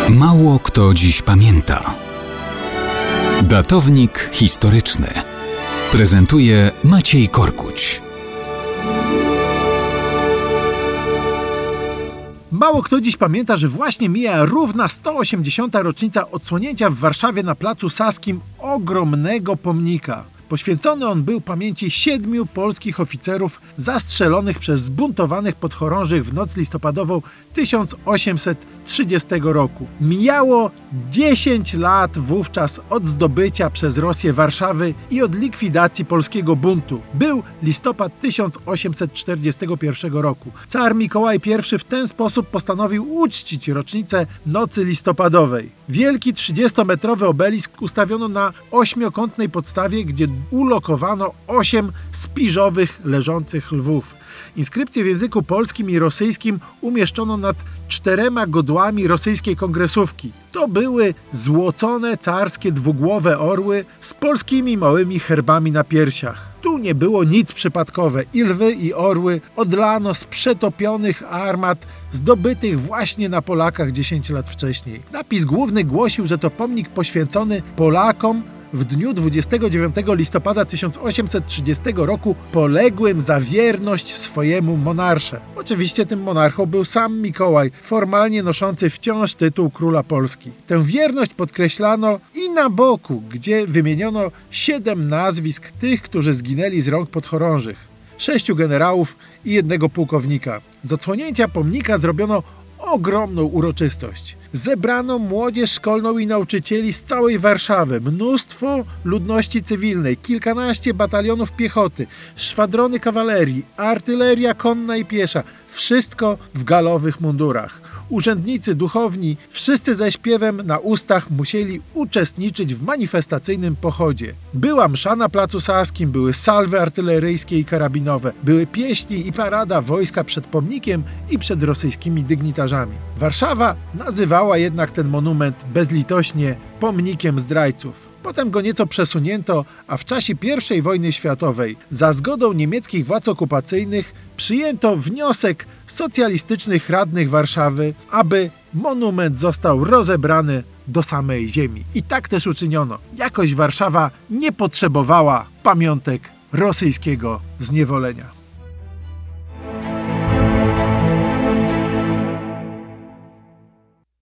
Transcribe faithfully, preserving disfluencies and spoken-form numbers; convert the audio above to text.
Mało kto dziś pamięta. Datownik historyczny prezentuje Maciej Korkuć. Mało kto dziś pamięta, że właśnie mija równa sto osiemdziesiąta rocznica odsłonięcia w Warszawie na Placu Saskim ogromnego pomnika. Poświęcony on był pamięci siedmiu polskich oficerów zastrzelonych przez zbuntowanych podchorążych w noc listopadową tysiąc osiemset trzydziestego roku. Mijało dziesięć lat wówczas od zdobycia przez Rosję Warszawy i od likwidacji polskiego buntu. Był listopad tysiąc osiemset czterdziestego pierwszego roku. Car Mikołaj I w ten sposób postanowił uczcić rocznicę nocy listopadowej. Wielki trzydziestometrowy obelisk ustawiono na ośmiokątnej podstawie, gdzie ulokowano osiem spiżowych leżących lwów. Inskrypcje w języku polskim i rosyjskim umieszczono nad czterema godłami rosyjskiej kongresówki. To były złocone carskie dwugłowe orły z polskimi małymi herbami na piersiach. Tu nie było nic przypadkowe. I lwy, i orły odlano z przetopionych armat zdobytych właśnie na Polakach dziesięć lat wcześniej. Napis główny głosił, że to pomnik poświęcony Polakom w dniu dwudziestego dziewiątego listopada tysiąc osiemset trzydziestego roku poległym za wierność swojemu monarsze. Oczywiście tym monarchą był sam Mikołaj, formalnie noszący wciąż tytuł króla Polski. Tę wierność podkreślano i na boku, gdzie wymieniono siedem nazwisk tych, którzy zginęli z rąk podchorążych. Sześciu generałów i jednego pułkownika. Z odsłonięcia pomnika zrobiono ogromną uroczystość. Zebrano młodzież szkolną i nauczycieli z całej Warszawy, mnóstwo ludności cywilnej, kilkanaście batalionów piechoty, szwadrony kawalerii, artyleria konna i piesza, wszystko w galowych mundurach. Urzędnicy, duchowni, wszyscy ze śpiewem na ustach musieli uczestniczyć w manifestacyjnym pochodzie. Była msza na Placu Saskim, były salwy artyleryjskie i karabinowe, były pieśni i parada wojska przed pomnikiem i przed rosyjskimi dygnitarzami. Warszawa nazywała jednak ten monument bezlitośnie pomnikiem zdrajców. Potem go nieco przesunięto, a w czasie pierwszej wojny światowej za zgodą niemieckich władz okupacyjnych przyjęto wniosek socjalistycznych radnych Warszawy, aby monument został rozebrany do samej ziemi. I tak też uczyniono. Jakoś Warszawa nie potrzebowała pamiątek rosyjskiego zniewolenia.